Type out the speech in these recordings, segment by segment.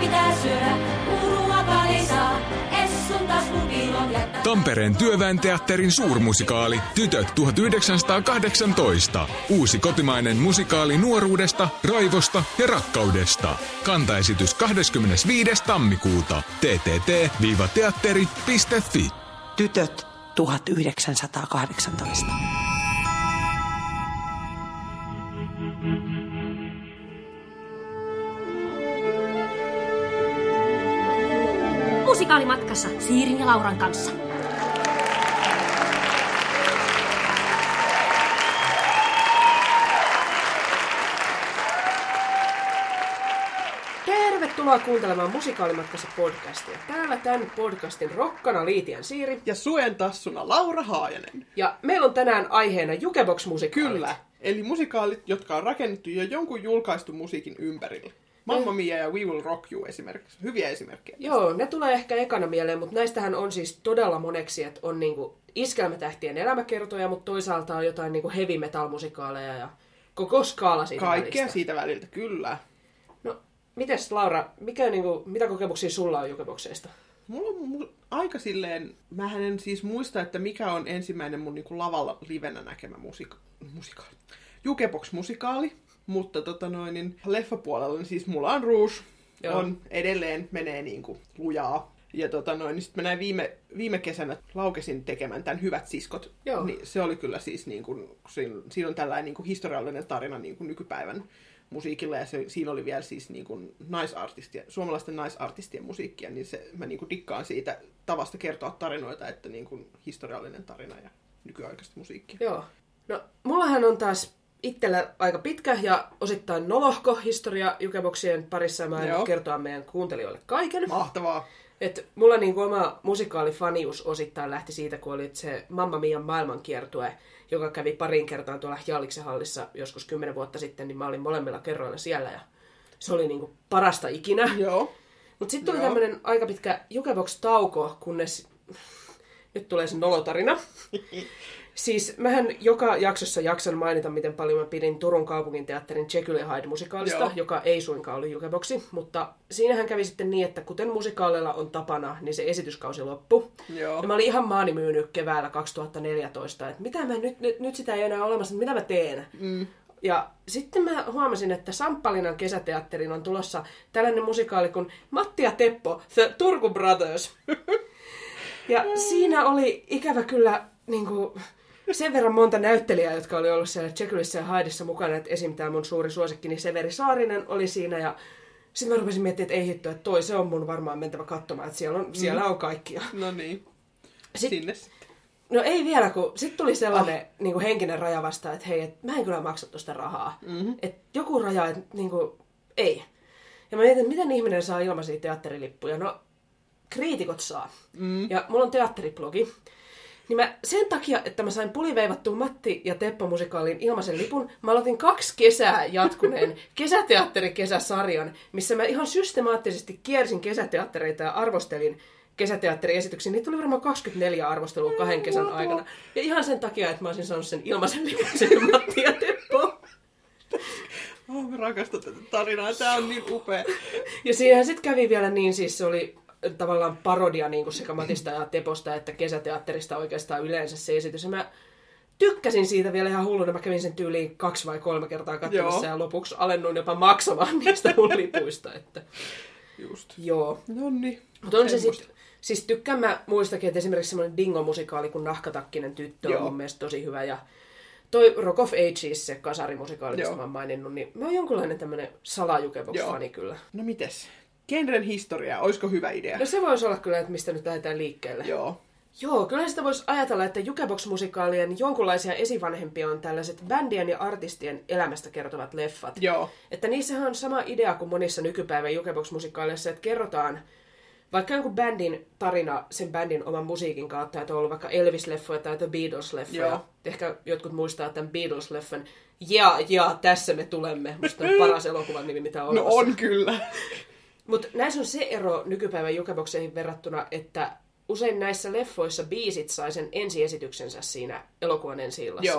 pitää syödä, ruokaa ei saa, Essun taskun piilon jättää. Tampereen Työväen Teatterin suurmusikaali Tytöt 1918. Uusi kotimainen musikaali nuoruudesta, raivosta ja rakkaudesta. Kantaesitys 25. tammikuuta. ttt-teatteri.fi. Tytöt 1918. Musikaalimatkassa Siirin ja Lauran kanssa. Tervetuloa kuuntelemaan Musikaalimatkassa podcastia. Täällä tämän podcastin rokkana Liitian Siiri. Ja suen tassuna Laura Haajanen. Ja meillä on tänään aiheena Jukebox-musikaalit. Kyllä, eli musikaalit, jotka on rakennettu jo jonkun julkaistu musiikin ympärille. Mamma Mia ja We Will Rock You esimerkiksi. Hyviä esimerkkejä. Joo, ne tulee ehkä ekana mieleen, mutta näistähän on siis todella moneksi, että on niinku iskelmätähtien elämäkertoja, mutta toisaalta on jotain niinku heavy metal musikaaleja ja koko skaala siitä Kaikkea välistä. siitä väliltä, kyllä. No, mites Laura, mitä kokemuksia sulla on Jukeboxeista? Mulla on aika silleen, mähän en siis muista, että mikä on ensimmäinen mun niinku lavalla livenä näkemä musikaali. Jukebox-musikaali, mutta leffapuolella niin siis Moulin Rouge on edelleen menee niinku lujaa. Ja niin sit mä näin viime kesänä laukesin tekemään tämän Hyvät siskot. Joo. Niin se oli kyllä siis niinku, siinä on tällainen niinku historiallinen tarina niinku nykypäivän musiikilla, ja siinä oli vielä siis niinku suomalaisten naisartistien musiikkia, niin mä niinku dikkaan siitä tavasta kertoa tarinoita, että niinku historiallinen tarina ja nykyaikaista musiikkia. Joo. No, mullahan on taas itsellä aika pitkä ja osittain nolohko historia Jukeboxien parissa, ja mä aion kertoa meidän kuuntelijoille kaiken. Mahtavaa! Et mulla niinku oma musikaalifanius osittain lähti siitä, kun oli se Mamma Mian maailmankiertue, joka kävi parin kertaan tuolla Jalliksen hallissa joskus 10 vuotta sitten, niin mä olin molemmilla kerroilla siellä, ja se oli niinku parasta ikinä. Joo. Mut sitten tuli tämmönen aika pitkä Jukebox-tauko, kunnes nyt tulee se nolotarina. Siis mähän joka jaksossa jaksan mainita, miten paljon mä pidin Turun kaupunginteatterin Jekyll ja Hyde-musikaalista, joka ei suinkaan ollut Jukeboxi, mutta siinähän kävi sitten niin, että kuten musikaaleilla on tapana, niin se esityskausi loppui. Joo. Ja mä olin ihan maanimyynyt keväällä 2014, että mitä mä nyt sitä ei enää ole olemassa, että mitä mä teen. Ja sitten mä huomasin, että Samppalinan kesäteatterin on tulossa tällainen musikaali kuin Matti ja Teppo, The Turku Brothers. Ja siinä oli ikävä kyllä niinku sen verran monta näyttelijää, jotka oli ollut siellä Jekyllissä ja Hydessa mukana, että esim. Tämä mun suuri suosikki, niin Severi Saarinen oli siinä, ja sitten mä rupesin miettimään, että ei hitto, että se on mun varmaan mentävä katsomaan, että siellä on kaikkia. No niin, sinne sitten. No ei vielä, kun sitten tuli sellainen niinku henkinen raja vastaan, että hei, et mä en kyllä maksa tuosta rahaa. Että joku raja, että niinku, ei. Ja mä mietin, että miten ihminen saa ilmaisia teatterilippuja. No, kriitikot saa. Ja mulla on teatteriblogi. Niin mä sen takia, että mä sain puliveivattua Matti ja Teppo-musikaalin ilmaisen lipun, mä aloitin 2 kesää jatkuneen kesäteatterikesäsarjan, missä mä ihan systemaattisesti kiersin kesäteattereita ja arvostelin kesäteatteriesityksiä. Niitä tuli varmaan 24 arvostelua 2 kesän aikana. Ja ihan sen takia, että mä olisin saanut sen ilmaisen lipun sen Matti ja Teppo. Mä rakastan tätä tarinaa, tää on niin upea. Ja siinähän sitten kävi vielä niin, siis se oli tavallaan parodia niin kuin sekä Matista ja Teposta että kesäteatterista oikeastaan yleensä se esitys. Ja mä tykkäsin siitä vielä ihan hulluna. Mä kävin sen tyyliin 2 vai 3 kertaa katsomassa ja lopuksi alennuin jopa maksamaan niistä mun lipuista. Että Just. Joo. Nonni. Mutta on se sitten, siis tykkään mä muistakin, että esimerkiksi semmoinen Dingo-musikaali kuin Nahkatakkinen tyttö on mun mielestä tosi hyvä. Ja toi Rock of Ages, se kasarimusikaali, mistä mä oon maininnut, niin mä oon jonkunlainen tämmönen salajukebox-fani kyllä. No mites? Genren historia, olisiko hyvä idea? No se voisi olla kyllä, että mistä nyt lähdetään liikkeelle. Joo, kyllä sitä voisi ajatella, että Jukebox-musikaalien jonkunlaisia esivanhempia on tällaiset bändien ja artistien elämästä kertovat leffat. Joo. Että niissähän on sama idea kuin monissa nykypäivän Jukebox-musikaaleissa, että kerrotaan vaikka jonkun bändin tarina sen bändin oman musiikin kautta, että on ollut vaikka Elvis-leffoja tai The Beatles-leffoja. Joo. Ehkä jotkut muistaa tämän Beatles-leffan Ja, tässä me tulemme. Musta on paras elokuvan nimi, mitä on olemassa. No on kyllä. Mutta näissä on se ero nykypäivän jukeboxeihin verrattuna, että usein näissä leffoissa biisit sai sen ensiesityksensä siinä elokuvan ensi-illassa. Joo.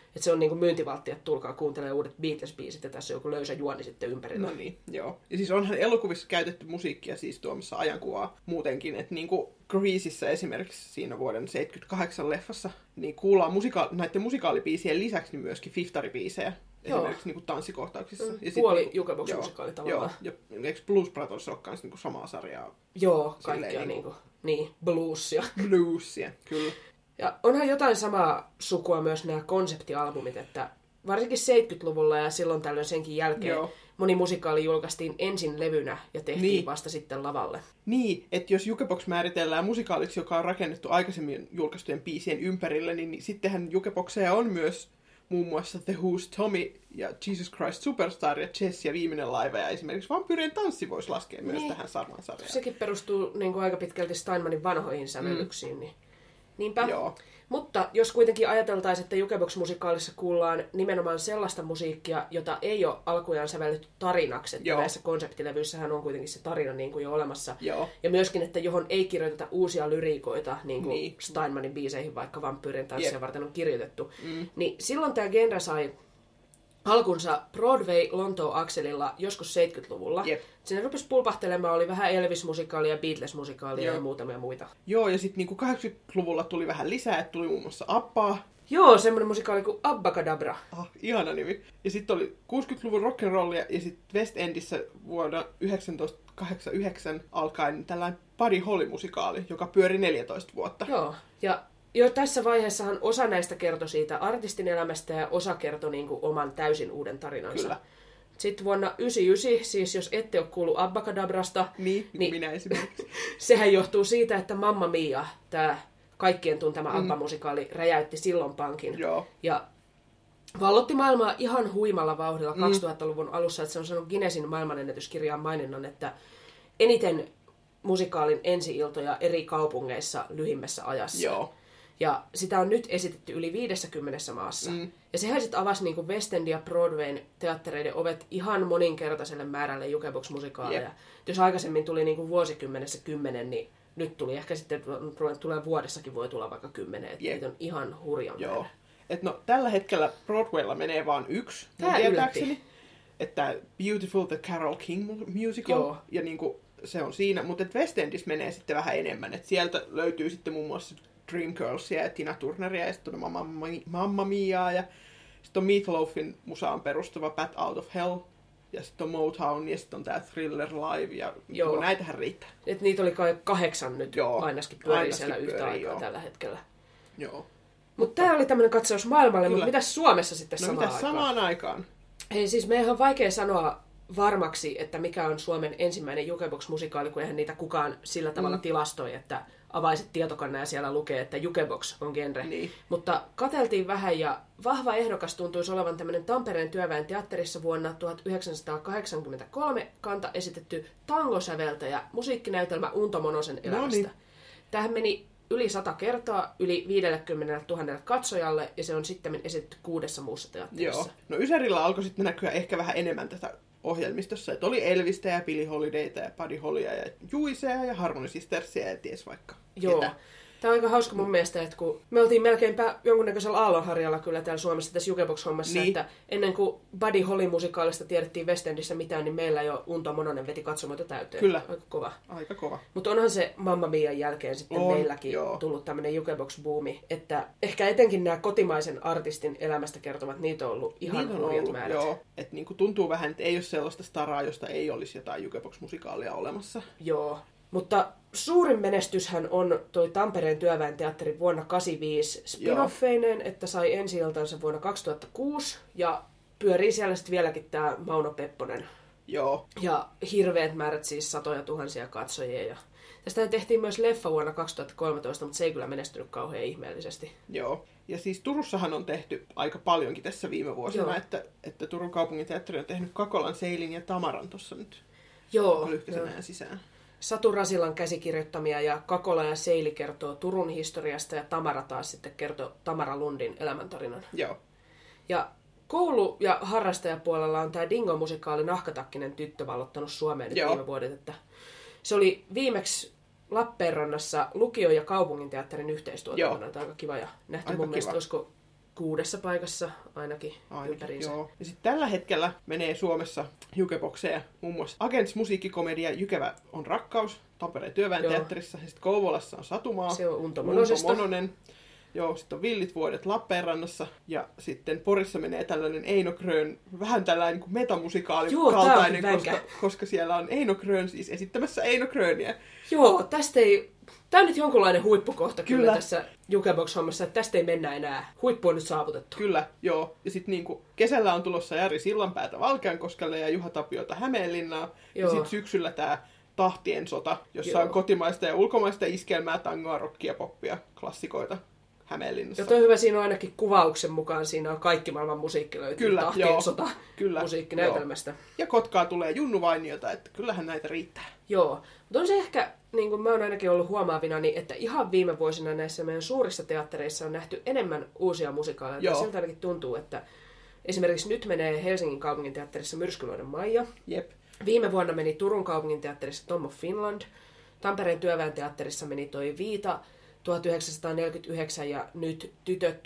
Että se on niinku myyntivaltti, että tulkaa kuuntelemaan uudet Beatles-biisit ja tässä on joku löysä juoni sitten ympärillä. No niin, joo. Ja siis onhan elokuvissa käytetty musiikkia siis tuomassa ajankuvaa muutenkin, että niinku Greasessä esimerkiksi siinä vuoden 78 leffassa, niin kuullaan näiden musikaalibiisien lisäksi niin myöskin fiftaribiisejä. Esimerkiksi niinku tanssikohtauksissa. Ja puoli jukebox-musikaali tavallaan. Joo, ja eikö Blues Brothers ole kans niinku samaa sarjaa? Joo, kaikkea niinku, niin, bluesia. Bluesia, kyllä. Ja onhan jotain samaa sukua myös nämä konseptialbumit, että varsinkin 70-luvulla ja silloin tällöin senkin jälkeen moni musikaali julkaistiin ensin levynä ja tehtiin vasta sitten lavalle. Niin, että jos Jukebox määritellään musikaaliksi, joka on rakennettu aikaisemmin julkaistujen biisien ympärille, niin sittenhän Jukeboxeja on myös muun muassa The Who's Tommy ja Jesus Christ Superstar ja Chess ja Viimeinen laiva ja esimerkiksi Vampyyrien tanssi voisi laskea myös tähän samaan sarjaan. Sekin perustuu niin kuin aika pitkälti Steinmanin vanhoihin sävellyksiin. Niin. Niinpä. Joo. Mutta jos kuitenkin ajateltaisiin, että Jukebox-musikaalissa kuullaan nimenomaan sellaista musiikkia, jota ei ole alkujaan sävelletty tarinaksi, että näissä konseptilevyissähän on kuitenkin se tarina niin kuin jo olemassa. Joo. Ja myöskin, että johon ei kirjoiteta uusia lyriikoita, niin kuin Steinmanin biiseihin vaikka Vampyyrien tanssia varten on kirjoitettu, niin silloin tämä genre sai alkunsa Broadway-Lontoon-akselilla joskus 70-luvulla. Siinä rupesi pulpahtelemaan, oli vähän Elvis-musikaalia, Beatles-musikaalia ja muutamia muita. Joo, ja sitten niinku 80-luvulla tuli vähän lisää, että tuli muun muassa Abbaa. Joo, semmoinen musikaali kuin Abbacadabra. Ihana nimi. Ja sitten oli 60-luvun rock'n'rollia, ja sitten West Endissä vuonna 1989 alkaen tällainen Buddy Holly-musikaali, joka pyöri 14 vuotta. Joo, ja jo tässä vaiheessahan osa näistä kertoi siitä artistin elämästä ja osa kertoi niin kuin oman täysin uuden tarinansa. Kyllä. Sitten vuonna 1999, siis jos ette ole kuullut Abbacadabrasta, niin minä esimerkiksi. Sehän johtuu siitä, että Mamma Mia, tämä kaikkien tuntema Abba-musikaali, räjäytti silloin pankin. Joo. Ja vallotti maailmaa ihan huimalla vauhdilla 2000-luvun alussa, että se on saanut Guinnessin maailmanennätyskirjaan maininnan, että eniten musikaalin ensi-iltoja eri kaupungeissa lyhimmässä ajassa. Joo. Ja sitä on nyt esitetty yli 50 maassa. Ja sehän sitten avasi niinku West End ja Broadwayn teattereiden ovet ihan moninkertaiselle määrälle Jukebox-musikaaleja. Jos aikaisemmin tuli niinku vuosikymmenessä 10, niin nyt tuli ehkä sitten, tulee vuodessakin voi tulla vaikka 10. Niitä on ihan hurjan määrä. Et no, tällä hetkellä Broadwaylla menee vaan yksi. Tämä yllätti. Että Beautiful the Carole King musical. Joo. Ja niinku, se on siinä. Mutta West Endissä menee sitten vähän enemmän. Et sieltä löytyy sitten muun muassa Dreamgirlsia ja Tina Turneria ja sitten on Mamma Miaa ja sitten on Meatloafin musaan perustuva Bat Out of Hell ja sitten on Motown ja sitten on tää Thriller Live ja näitähän riittää. Et niitä oli kai 8 nyt ainakin pyörii siellä yhtä aikaa tällä hetkellä. Joo. Mutta tää oli tämmönen katsaus maailmalle, mutta mitäs Suomessa sitten samaan aikaan? Hei siis meidän on vaikea sanoa varmaksi, että mikä on Suomen ensimmäinen Jukebox-musikaali, kun eihän niitä kukaan sillä tavalla tilastoi, että avaisit tietokannan ja siellä lukee, että Jukebox on genre. Niin. Mutta katseltiin vähän ja vahva ehdokas tuntuisi olevan tämmöinen Tampereen työväen teatterissa vuonna 1983 kanta esitetty tangosäveltäjä musiikkinäytelmä Unto Monosen elämästä. No niin. Tähän meni yli 100 kertaa, yli 50 000 katsojalle ja se on sitten esitetty 6 muussa teatterissa. Joo. No Ysärillä alkoi sitten näkyä ehkä vähän enemmän tätä ohjelmistossa, että oli Elvistä ja Billie Holidayta ja Buddy Hollya ja Juicea ja Harmony Sistersia ja ties vaikka ketä. Tämä on aika hauska mun mielestä, että kun me oltiin melkeinpä jonkunnäköisellä aallonharjalla kyllä täällä Suomessa tässä Jukebox-hommassa, että ennen kuin Buddy Holly-musikaalista tiedettiin West Endissä mitään, niin meillä jo Unto Mononen veti katsomoita täyteen. Kyllä. Aika kova. Aika kova. Mutta onhan se Mamma Mian jälkeen sitten meilläkin tullut tämmöinen Jukebox-buumi, että ehkä etenkin nämä kotimaisen artistin elämästä kertovat, niitä on ollut ihan hurjat määrät. Joo, että niinku tuntuu vähän, että ei ole sellaista staraa, josta ei olisi jotain Jukebox-musikaalia olemassa. Joo. Mutta suurin menestyshän on toi Tampereen työväen teatteri vuonna 1985 spin-offeineen, että sai ensi-iltansa vuonna 2006 ja pyörii siellä sitten vieläkin tää Mauno Pepponen. Joo. Ja hirveät määrät siis 100,000 katsojia. Ja tästä tehtiin myös leffa vuonna 2013, mutta se ei kyllä menestynyt kauhean ihmeellisesti. Joo. Ja siis Turussahan on tehty aika paljonkin tässä viime vuosina, että Turun kaupunginteatteri on tehnyt Kakolan, Seilin ja Tamaran tuossa nyt. Joo. Lyhkäisen ajan sisään. Satu Rasilan käsikirjoittamia ja Kakola ja Seili kertoo Turun historiasta ja Tamara taas sitten kertoo Tamara Lundin elämäntarinan. Joo. Ja koulu- ja harrastajapuolella on tämä Dingo-musikaali Nahkatakkinen tyttö vallottanut Suomeen nyt viime vuodet. Että se oli viimeksi Lappeenrannassa lukio- ja kaupunginteatterin yhteistuotantona. Aika kiva ja nähty mun mielestä, olisiko 6 paikassa ainakin ympäriinsä. Joo. Ja sitten tällä hetkellä menee Suomessa Jukeboxeja muun muassa Agents musiikkikomedia Jykevä on rakkaus Tampereen Työväen teatterissa. Ja sitten Kouvolassa on Satumaa. Se on Unto Mononen. Joo, sitten on Villit vuodet Lappeenrannassa. Ja sitten Porissa menee tällainen Eino Grön, vähän tällainen niin metamusikaali kaltainen, koska siellä on Eino Grön siis esittämässä Eino Gröniä. Joo, tästä ei... Tämä on nyt jonkunlainen huippukohta kyllä tässä Jukebox-hommassa, että tästä ei mennä enää. Huippu on nyt saavutettu. Kyllä, joo. Ja sitten niinku kesällä on tulossa Jari Sillanpäätä Valkeankoskelle ja Juha Tapiota Hämeenlinnaan. Ja sitten syksyllä tämä Tahtien sota, jossa on kotimaista ja ulkomaista iskelmää, tangoa, rockia, poppia, klassikoita Hämeenlinnassa. Ja toi hyvä, siinä on ainakin kuvauksen mukaan, siinä on kaikki maailman musiikki löytyy Tahtien sota musiikkinäytelmästä. Ja Kotkaa tulee Junnu Vainiota, että kyllähän näitä riittää. Joo, mutta on se ehkä, niin kuin mä oon ainakin ollut huomaavinani, että ihan viime vuosina näissä meidän suurissa teattereissa on nähty enemmän uusia musikaaleja. Siltä ainakin tuntuu, että esimerkiksi nyt menee Helsingin kaupunginteatterissa Myrskyluodon Maija. Jep. Viime vuonna meni Turun kaupunginteatterissa Tom of Finland. Tampereen Työväen teatterissa meni toi Viita 1949 ja nyt Tytöt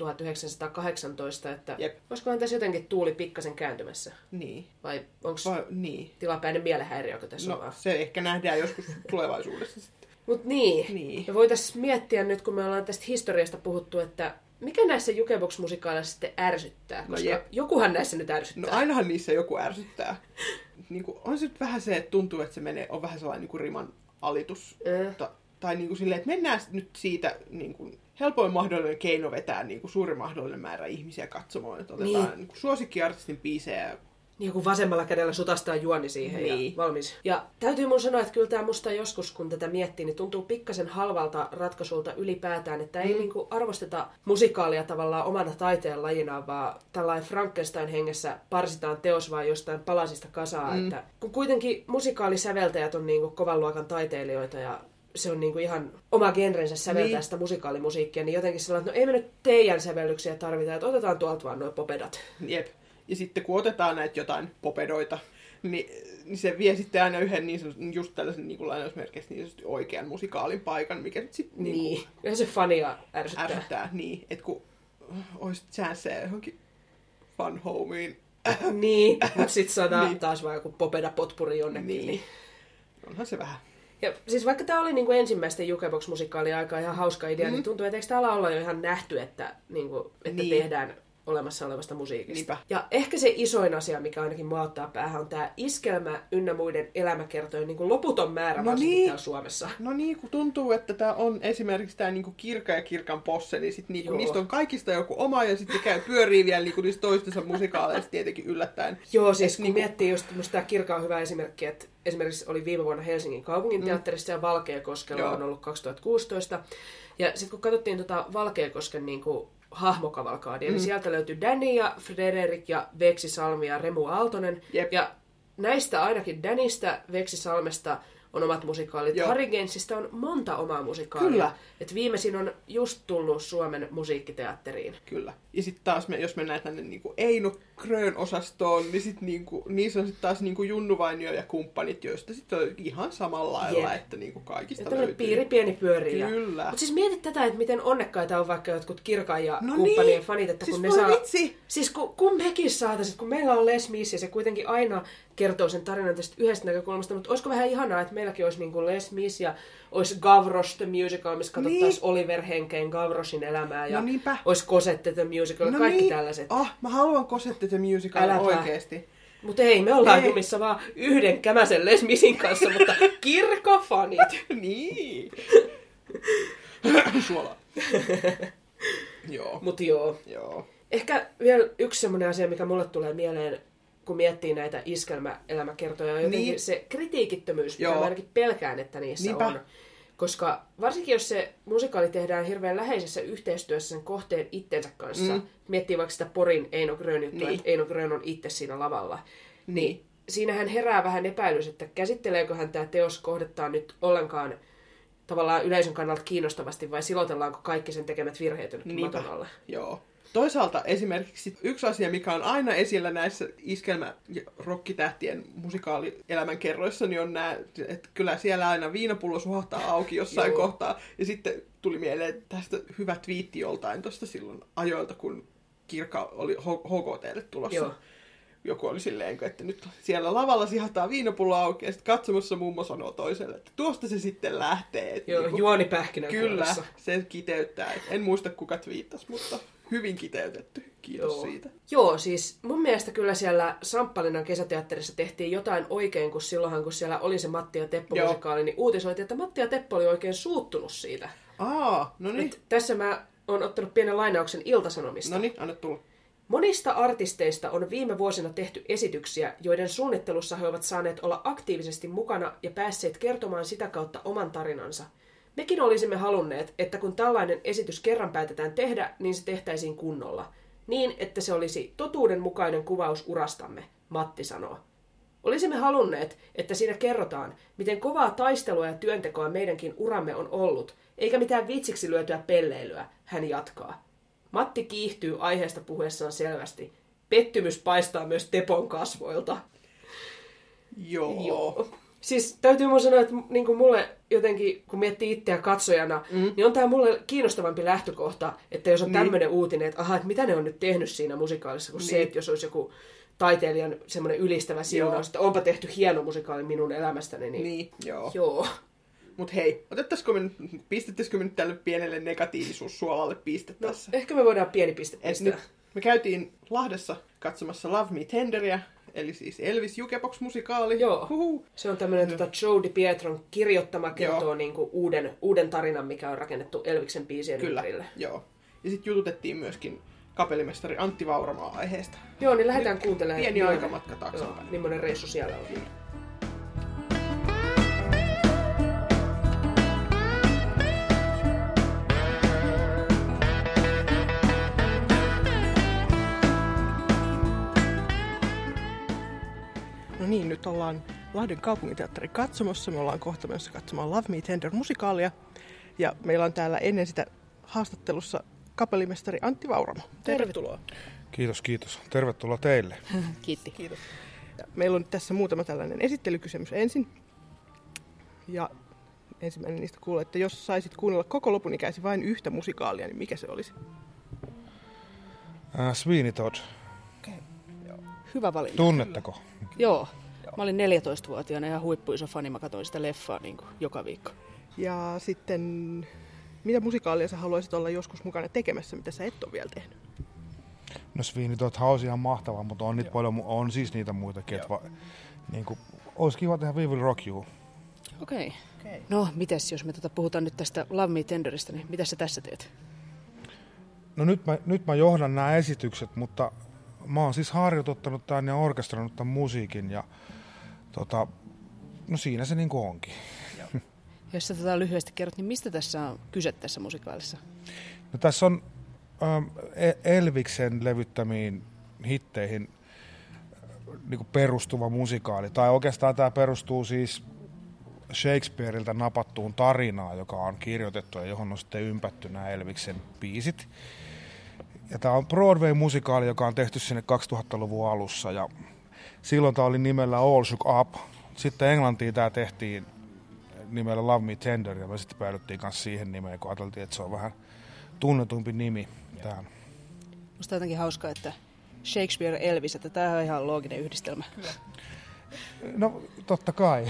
1918, että olisikohan tässä jotenkin tuuli pikkasen kääntymässä? Niin. Vai onko niin. Tilapäinen mielenhäiriökö tässä on? Se ehkä nähdään joskus tulevaisuudessa sitten. Mut niin. Me voitaisiin miettiä nyt, kun me ollaan tästä historiasta puhuttu, että mikä näissä Jukebox-musikaaleissa sitten ärsyttää? Koska jokuhan näissä nyt ärsyttää. No ainahan niissä joku ärsyttää. Niin on se nyt vähän se, että tuntuu, että se on vähän sellainen niin riman alitus. Tai niin kuin silleen, että mennään nyt siitä niin kuin helpoin mahdollinen keino vetää niin kuin suuri mahdollinen määrä ihmisiä katsomaan. Että otetaan niin kuin suosikkiartistin biisejä. Niin kuin vasemmalla kädellä sutastaa juoni siihen ja valmis. Ja täytyy mun sanoa, että kyllä tämä musta joskus, kun tätä miettii, niin tuntuu pikkasen halvalta ratkaisulta ylipäätään, että ei niin kuin arvosteta musikaalia tavallaan omana taiteen lajinaan, vaan tällainen Frankenstein-hengessä parsitaan teos vaan jostain palasista kasaa. Että kun kuitenkin musikaalisäveltäjät on niin kuin kovan luokan taiteilijoita ja se on niinku ihan oma genrensä säveltää sitä musikaalimusiikkia, niin jotenkin sellainen, että no ei me nyt teidän sävellyksiä tarvita, että otetaan tuolta vaan nuo popedat. Jep. Ja sitten kun otetaan näitä jotain popedoita, niin se vie sitten aina yhden just tällaisen niin lainausmerkeissä niin oikean musikaalin paikan, mikä sitten niin. Ja se fania ärsyttää. Niin, että kun olisit chanceja johonkin Fun Homeen. Niin, mutta sitten saadaan taas vaan joku popeda-potpuri jonnekin. Niin. Onhan se vähän. Ja siis vaikka tämä oli niinku ensimmäisten Jukebox-musikaalien aikaa ihan hauska idea, niin tuntuu, että eikö tämä olla jo ihan nähty, että tehdään olemassa olevasta musiikista. Niinpä. Ja ehkä se isoin asia, mikä ainakin mua ottaa päähän, on tämä iskelmä ynnä muiden elämäkertojen niin kuin loputon määrä varsinkin täällä Suomessa. No niin, kun tuntuu, että tämä on esimerkiksi tämä niin Kirka ja Kirkan posse, niin sit niin niistä on kaikista joku oma ja sitten käy pyörii vielä niin niistä toistensa musikaaleista tietenkin yllättäen. Joo, siis kun miettii just, musta tämä Kirka on hyvä esimerkki, että esimerkiksi oli viime vuonna Helsingin kaupunginteatterissa ja Valkeakoskella on ollut 2016. Ja sitten kun katsottiin Valkeakosken niinku hahmokavalkaadia, niin sieltä löytyi Danny ja Frederik ja Veksi Salmi ja Remu Aaltonen. Jep. Ja näistä ainakin Dannystä, Veksi Salmesta on omat musikaalit. Harry Gensistä on monta omaa musikaalia. Kyllä. Et viimeisin on just tullut Suomen musiikkiteatteriin. Kyllä. Ja sitten taas, jos mennään tänne niinku Eino Grön-osastoon, niin sit niinku, niissä on sitten taas niinku Junnu Vainio ja kumppanit, joista sitten on ihan samalla lailla, että niinku kaikista löytyy. Piiri pieni pyörii. Kyllä. Mutta siis mietit tätä, että miten onnekkaita on vaikka jotkut Kirkan ja kumppanien fanit, että siis kun ne saa... Vitsi. Siis kun mekin saataisiin, kun meillä on Les Mis ja se kuitenkin aina kertoo sen tarinan tästä yhdestä näkökulmasta, mutta olisiko vähän ihanaa, että meilläkin olisi niin kuin Les Mis ja olisi Gavroche the Musical, missä katsottaisiin Oliver Henkeen Gavrosin elämää ja olisi Cosette the Musical ja kaikki tällaiset. Mä haluan Cosette the Musical oikeesti. Mutta ei, me ollaan jumissa vaan yhden kämäsen Les Misin kanssa, mutta kirkofanit. Niin. Suolaa. Joo. Mut joo. Ehkä vielä yksi semmoinen asia, mikä mulle tulee mieleen, kun miettii näitä iskelmäelämäkertoja, on jotenkin se kritiikittömyys, mitä mä ainakin pelkään, että niissä on. Koska varsinkin jos se musikaali tehdään hirveän läheisessä yhteistyössä sen kohteen itsensä kanssa, miettii vaikka sitä Porin Eino Grön juttua, että Eino Grön on itse siinä lavalla, niin siinähän herää vähän epäilys, että käsitteleeköhän tämä teos kohdettaan nyt ollenkaan tavallaan yleisön kannalta kiinnostavasti vai silotellaanko kaikki sen tekemät virheet jonnekin maton alle. Joo. Toisaalta esimerkiksi yksi asia, mikä on aina esillä näissä iskelmä- ja rokkitähtien musikaalielämän kerroissa, niin on nämä, että kyllä siellä aina viinapullo suhahtaa auki jossain kohtaa. Ja sitten tuli mieleen tästä hyvä twiitti joltain tuosta silloin ajoilta, kun Kirkka oli HKT:lle tulossa. Joo. Joku oli silleen, että nyt siellä lavalla sihataan viinapullo auki, ja sitten katsomassa mummo sanoo toiselle, että tuosta se sitten lähtee. Että Joo, niinku, juonipähkinän kyllä, kuolessa. se kiteyttää. En muista kuka twiittasi, mutta hyvin kiteytetty. Kiitos Joo. siitä. Joo, siis mun mielestä kyllä siellä Samppalinnan kesäteatterissa tehtiin jotain oikein, kun silloinhan kun siellä oli se Matti ja Teppo-musikaali, niin uutisoitiin, että Matti ja Teppo oli oikein suuttunut siitä. No niin. Tässä mä oon ottanut pienen lainauksen Ilta-Sanomista. No niin, anna tulla. Monista artisteista on viime vuosina tehty esityksiä, joiden suunnittelussa he ovat saaneet olla aktiivisesti mukana ja päässeet kertomaan sitä kautta oman tarinansa. Mekin olisimme halunneet, että kun tällainen esitys kerran päätetään tehdä, niin se tehtäisiin kunnolla. Niin, että se olisi totuudenmukainen kuvaus urastamme, Matti sanoo. Olisimme halunneet, että siinä kerrotaan, miten kovaa taistelua ja työntekoa meidänkin uramme on ollut, eikä mitään vitsiksi lyötyä pelleilyä, hän jatkaa. Matti kiihtyy aiheesta puhuessaan selvästi. Pettymys paistaa myös Tepon kasvoilta. Joo. Siis täytyy mun sanoa, että niin kuin mulle jotenkin, kun miettii itseä katsojana, niin on tää mulle kiinnostavampi lähtökohta, että jos on tämmöinen uutinen, että aha, että mitä ne on nyt tehnyt siinä musikaalissa, kuin se, että jos olisi joku taiteilijan semmoinen ylistävä siunaus, että onpa tehty hieno musikaali minun elämästäni. Niin, joo. Joo. Mut hei, pistettäisikö me nyt tälle pienelle negatiivisuussuolalle piste tässä? Ehkä me voidaan pieni piste pistää. Me käytiin Lahdessa katsomassa Love Me Tenderia, eli siis Elvis Jukebox-musikaali. Joo. Se on tämmöinen Joe DiPietron kirjoittama, kertoo niinku uuden tarinan, mikä on rakennettu Elviksen biisien ympärille. Joo. Ja sitten jututettiin myöskin kapellimestari Antti Vauramaa aiheesta. Joo, niin lähdetään kuuntelemaan. Pieni aikamatka taaksepäin. Millainen reissu siellä on. No niin, nyt ollaan Lahden kaupunginteatterin katsomossa. Me ollaan kohta menossa katsomaan Love Me Tender-musikaalia. Ja meillä on täällä ennen sitä haastattelussa kapellimestari Antti Vauramo. Tervetuloa. Kiitos. Tervetuloa teille. Kiitti. Kiitos. Ja meillä on tässä muutama tällainen esittelykysymys ensin. Ja ensimmäinen niistä kuuluu, että jos saisit kuunnella koko lopun ikäisi vain yhtä musikaalia, niin mikä se olisi? Sweeney Todd. Okay. Hyvä valinta. Tunnetteko? Joo. Mä olin 14-vuotiaana ja huippuiso fani. Mä katsoin sitä leffaa niin kuin joka viikko. Ja sitten, mitä musikaalia sä haluaisit olla joskus mukana tekemässä, mitä sä et ole vielä tehnyt? No Sweeney Toddhan olisi ihan mahtavaa, mutta on, on siis niitä muitakin. Että niin kuin, olisi kiva tehdä We Will Rock You. Okei. No, mites jos me puhutaan nyt tästä Love Me Tenderistä, niin mitä sä tässä teet? No nyt mä johdan nämä esitykset, mutta mä oon siis harjoituttanut tämän ja orkestroinut tämän musiikin ja no siinä se niinku onkin. Jos sä lyhyesti kerrot, niin mistä tässä on kyse tässä musikaalissa? No tässä on Elviksen levyttämiin hitteihin niinku perustuva musikaali. Tai oikeastaan tämä perustuu siis Shakespeareiltä napattuun tarinaan, joka on kirjoitettu ja johon on sitten ympätty nämä Elviksen biisit. Ja tämä on Broadway-musikaali, joka on tehty sinne 2000-luvun alussa. Ja silloin tämä oli nimellä All Shook Up. Sitten Englantiin tämä tehtiin nimellä Love Me Tender, ja me sitten päädyttiin kanssa siihen nimeen, kun ajateltiin, että se on vähän tunnetumpi nimi tähän. Musta on jotenkin hauskaa, että Shakespeare Elvis, että tämä on ihan looginen yhdistelmä. No, totta kai.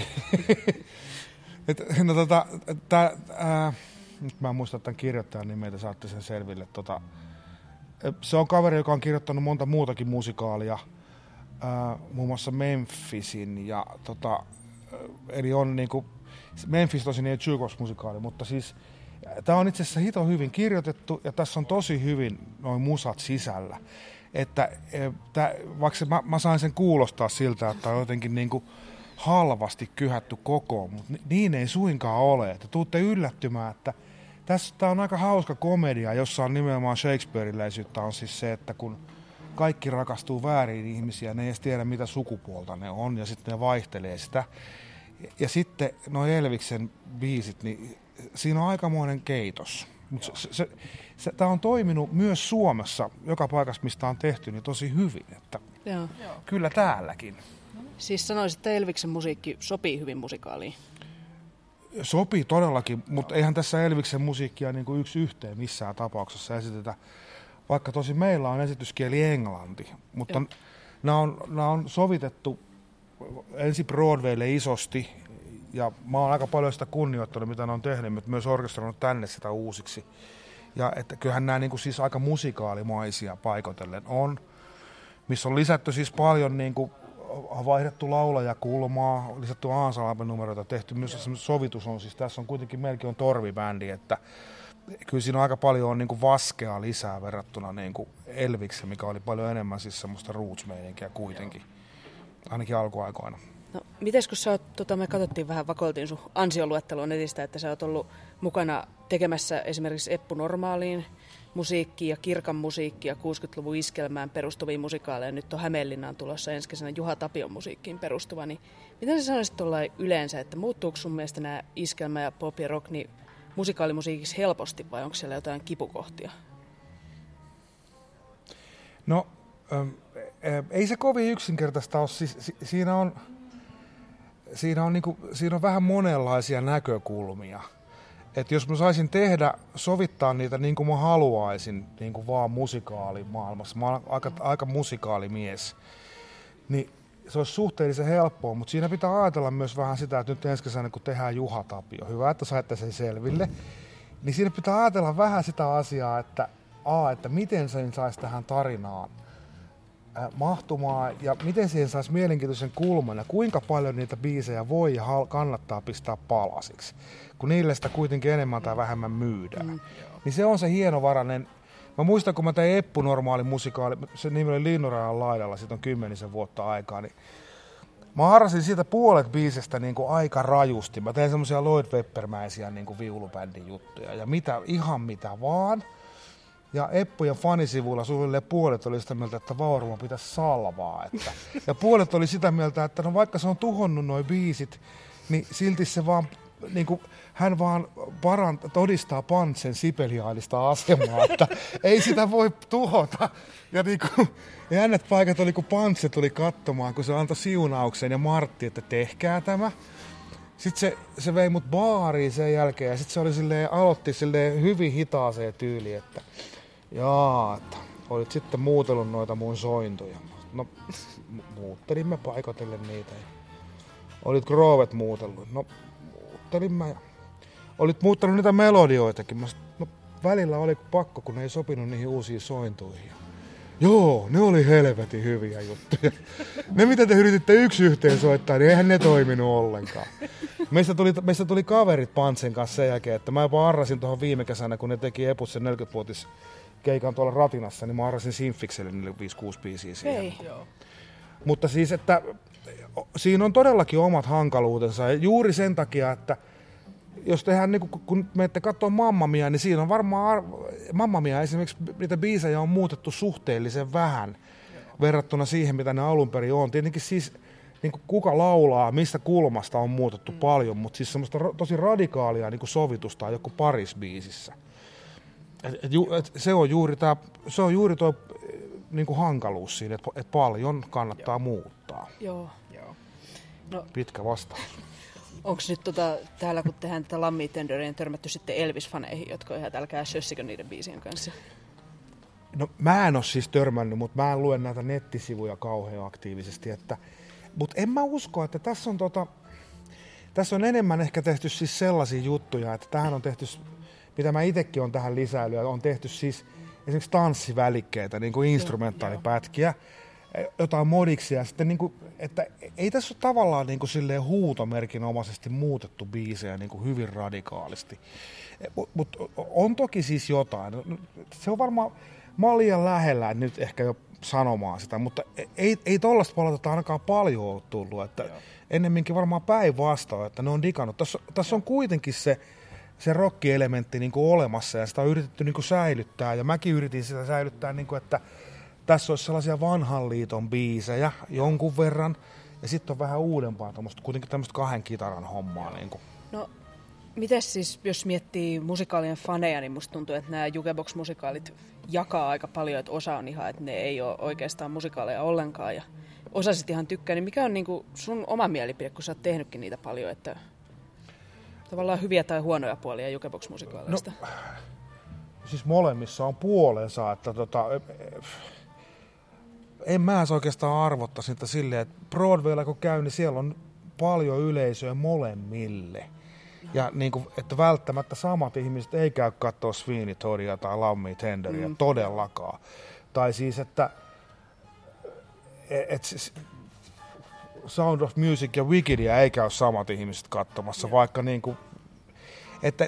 Nyt mä en muista tämän kirjoittajan nimeä, saatte sen selville. Se on kaveri, joka on kirjoittanut monta muutakin musikaalia, muun muassa Memphisin. Ja, eli on niinku, Memphis tosin ei jukebox-musikaali, mutta siis tämä on itse asiassa hito hyvin kirjoitettu ja tässä on tosi hyvin noin musat sisällä. Että vaikka mä sain sen kuulostaa siltä, että on jotenkin niinku halvasti kyhätty kokoon, mutta niin ei suinkaan ole. Että tuutte yllättymään, että tämä on aika hauska komedia, jossa on nimenomaan Shakespeareläisyyttä on siis se, että kun kaikki rakastuu väärin ihmisiä, ne ei edes tiedä mitä sukupuolta ne on ja sitten ne vaihtelee sitä. Ja sitten nuo Elviksen biisit, niin siinä on aikamoinen keitos. Mutta tämä on toiminut myös Suomessa, joka paikassa mistä on tehty, niin tosi hyvin. Että Joo. Kyllä täälläkin. Siis sanoisit, että Elviksen musiikki sopii hyvin musikaaliin. Sopii todellakin, mutta eihän tässä Elviksen musiikkia niin kuin yksi yhteen missään tapauksessa esitetä. vaikka tosi meillä on esityskieli englanti, mutta nämä on sovitettu ensin Broadwaylle isosti, ja mä oon aika paljon sitä kunnioittanut, mitä ne on tehnyt, mutta myös orkestroinut tänne sitä uusiksi. Ja että kyllähän nämä niinku siis aika musikaalimaisia paikotellen on, missä on lisätty siis paljon niinku vaihdettu laulajakulmaa, lisätty ensemble-numeroita, tehty myös sovitus on siis, tässä on kuitenkin melkein on torvibändi, että kyllä siinä aika paljon on niinku vaskea lisää verrattuna niinku Elviksen, mikä oli paljon enemmän siis semmoista roots-meininkiä kuitenkin, ainakin alkuaikoina. No, mites kun sä oot, me katsottiin vähän, vakoiltiin sun ansioluetteloon netistä, että sä oot ollut mukana tekemässä esimerkiksi Eppu Normaaliin musiikkia ja Kirkan musiikkia, 60-luvun iskelmään perustuvia musikaaleja. Nyt on Hämeenlinnaan tulossa ensi kesänä Juha Tapion musiikkiin perustuva. Niin miten sä sanoisit yleensä, että muuttuuko sun mielestä nämä iskelmä ja pop ja rock niin musikaalimusiikiksi helposti vai onko siellä jotain kipukohtia? No, ei se kovin yksinkertaista ole. Siinä on vähän monenlaisia näkökulmia. Että jos mä saisin sovittaa niitä niin kuin mä haluaisin, niin kuin vaan musikaalimaailmassa, mä oon aika musikaalimies, niin se olisi suhteellisen helppoa, mutta siinä pitää ajatella myös vähän sitä, että nyt ensi kesänä kun tehdään Juha Tapio, hyvä, että saitte sen selville, niin siinä pitää ajatella vähän sitä asiaa, että miten sen saisi tähän tarinaan mahtumaan ja miten siihen saisi mielenkiintoisen kulman ja kuinka paljon niitä biisejä voi ja kannattaa pistää palasiksi, kun niille sitä kuitenkin enemmän tai vähemmän myydään. Niin se on se hienovarainen. Mä muistan, kun mä tein Eppu Normaali musikaali, se nimi oli Linnorajan laidalla, siitä on 10 vuotta aikaa, niin mä harrasin siitä puolet biisestä niin kuin aika rajusti. Mä tein semmoisia Lloyd Webber-mäisiä niin kuin viulubändin juttuja ja ihan mitä vaan. Ja Eppujen fanisivuilla suunnilleen puolet oli sitä mieltä, että Vauruma pitäisi salvaa. Ja puolet oli sitä mieltä, että no vaikka se on tuhonnut noi biisit, niin silti se vaan, niin kuin, hän vaan todistaa Pantsen sipeliaalista asemaa, että ei sitä voi tuhota. Ja niin kuin, jännät paikat oli, kun Pantse tuli katsomaan, kun se antoi siunauksen ja Martti, että tehkää tämä. Sitten se vei mut baariin sen jälkeen ja sitten se aloitti hyvin hitaaseen tyyliin, että että olit sitten muutellut noita mun sointuja. No, muuttelimme paikotellen niitä. Olit groovet muutellut? No, muuttelin mä. Olit muuttanut niitä melodioitakin. No, välillä oli pakko, kun ei sopinut niihin uusiin sointuihin. Joo, ne oli helvetin hyviä juttuja. Ne, mitä te yrititte yksi yhteen soittaa, niin eihän ne toiminut ollenkaan. Meistä tuli kaverit Pantsen kanssa sen jälkeen, että mä jopa arrasin tuohon viime kesänä, kun ne teki Eput sen 40-vuotis keikan tuolla Ratinassa, niin mä arrasin Sinfikselle niille 5-6 biisiä siihen. Mutta siis, että siinä on todellakin omat hankaluutensa. Ja juuri sen takia, että jos tehdään, niin kun menette katsoa Mamma Mia, niin siinä on varmaan, Mamma Mia esimerkiksi niitä biisejä on muutettu suhteellisen vähän verrattuna siihen, mitä ne alun perin on. Tietenkin siis niin kuka laulaa, mistä kulmasta on muutettu paljon, mutta siis semmoista tosi radikaalia niin sovitusta on joku paris biisissä. Se on juuri tuo niin kuin hankaluus siinä, että paljon kannattaa muuttaa. Joo. No, pitkä vastaus. Onko nyt täällä, kun tehdään tätä Lammi Tenderia, törmätty sitten Elvis-faneihin, jotka on ihan, että älkää sössikö niiden biisien kanssa? No mä en ole siis törmännyt, mutta mä en lue näitä nettisivuja kauhean aktiivisesti. Mutta en mä usko, että tässä on enemmän ehkä tehty siis sellaisia juttuja, että tähän on tehty, mitä mä itsekin on tähän lisäily, on tehty siis esimerkiksi tanssivälikkeitä, niin kuin instrumentaalipätkiä, jotain modiksia, ja sitten niin kuin, että ei tässä ole tavallaan niin kuin silleen huutomerkinomaisesti muutettu biisejä niin kuin hyvin radikaalisti. Mutta on toki siis jotain. Se on varmaan, mä oon liian lähellä nyt ehkä jo sanomaan sitä, mutta ei tollaista palautetta ainakaan paljon ole tullut. Että ennemminkin varmaan päinvastoin, että ne on digannut. Tässä on kuitenkin se rock-elementti niin kuin olemassa ja sitä on yritetty niin kuin säilyttää. Ja mäkin yritin sitä säilyttää, niin kuin, että tässä olisi sellaisia vanhan liiton biisejä jonkun verran. Ja sitten on vähän uudempaa, kuitenkin tämmöistä 2 kitaran hommaa. Niin kuin. No, mites siis, jos miettii musikaalien faneja, niin musta tuntuu, että nämä Jukebox-musikaalit jakaa aika paljon, että osa on ihan, että ne ei ole oikeastaan musikaaleja ollenkaan. Ja osa sitten ihan tykkää. Niin mikä on niin kuin sun oma mielipide, kun sä oot tehnytkin niitä paljon, että tavallaan hyviä tai huonoja puolia Jukebox-musikaaleista? siis molemmissa on puolensa, että en mä oikeastaan arvottaisi niitä silleen, että Broadwaylla kun käy, niin siellä on paljon yleisöä molemmille. Ja niin kuin, että välttämättä samat ihmiset ei käy katsoa Sweeney Toddia tai Love Me Tenderia todellakaan. Tai siis, että Sound of Music ja Wickedia ei käy samat ihmiset katsomassa, vaikka niin kuin, että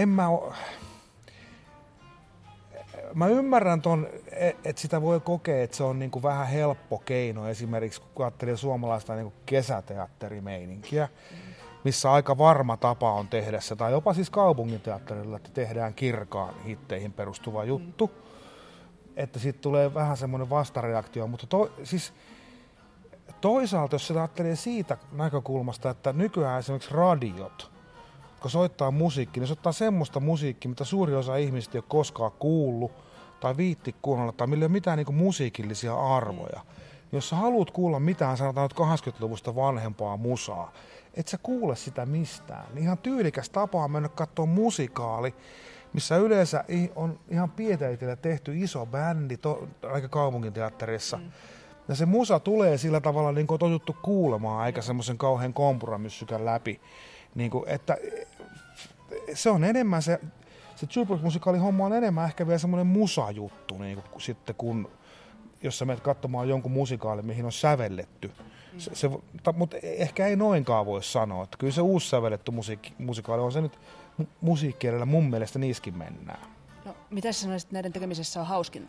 mä ymmärrän ton, että sitä voi kokea, että se on niin kuin vähän helppo keino, esimerkiksi kun ajattelee suomalaista niin kuin kesäteatterimeininkiä, missä aika varma tapa on tehdä se, tai jopa siis kaupunginteatterilla, että tehdään kirkaan hitteihin perustuva juttu, että siitä tulee vähän semmoinen vastareaktio, mutta siis toisaalta, jos se ajattelee siitä näkökulmasta, että nykyään esimerkiksi radiot, kun soittaa musiikki, niin se ottaa semmoista musiikkia, mitä suuri osa ihmisistä ei ole koskaan kuullut tai viitti kuunnella tai millä ei ole mitään niin kuin musiikillisia arvoja. Jos sä haluat kuulla mitään, sanotaan nyt 80-luvusta vanhempaa musaa, et sä kuule sitä mistään. Niin ihan tyylikäs tapa on mennä katsoa musikaali, missä yleensä on ihan pieteetillä tehty iso bändi, aika kaupunginteatterissa. Ja se musa tulee sillä tavalla, niin kuin on totuttu kuulemaan, eikä semmoisen kauhean kompromissykän läpi. Niin kuin, että se on enemmän se jukebox-musikaalihomma on enemmän ehkä vielä semmoinen musajuttu, niin kuin sitten kun, jos sä menet katsomaan jonkun musikaalin, mihin on sävelletty. Mutta ehkä ei noinkaan voi sanoa, että kyllä se uusi sävelletty musikaali on se nyt musiikkielellä mun mielestä niiskin mennään. No, mitä sä sanoisit, näiden tekemisessä on hauskinta?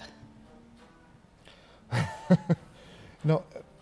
No,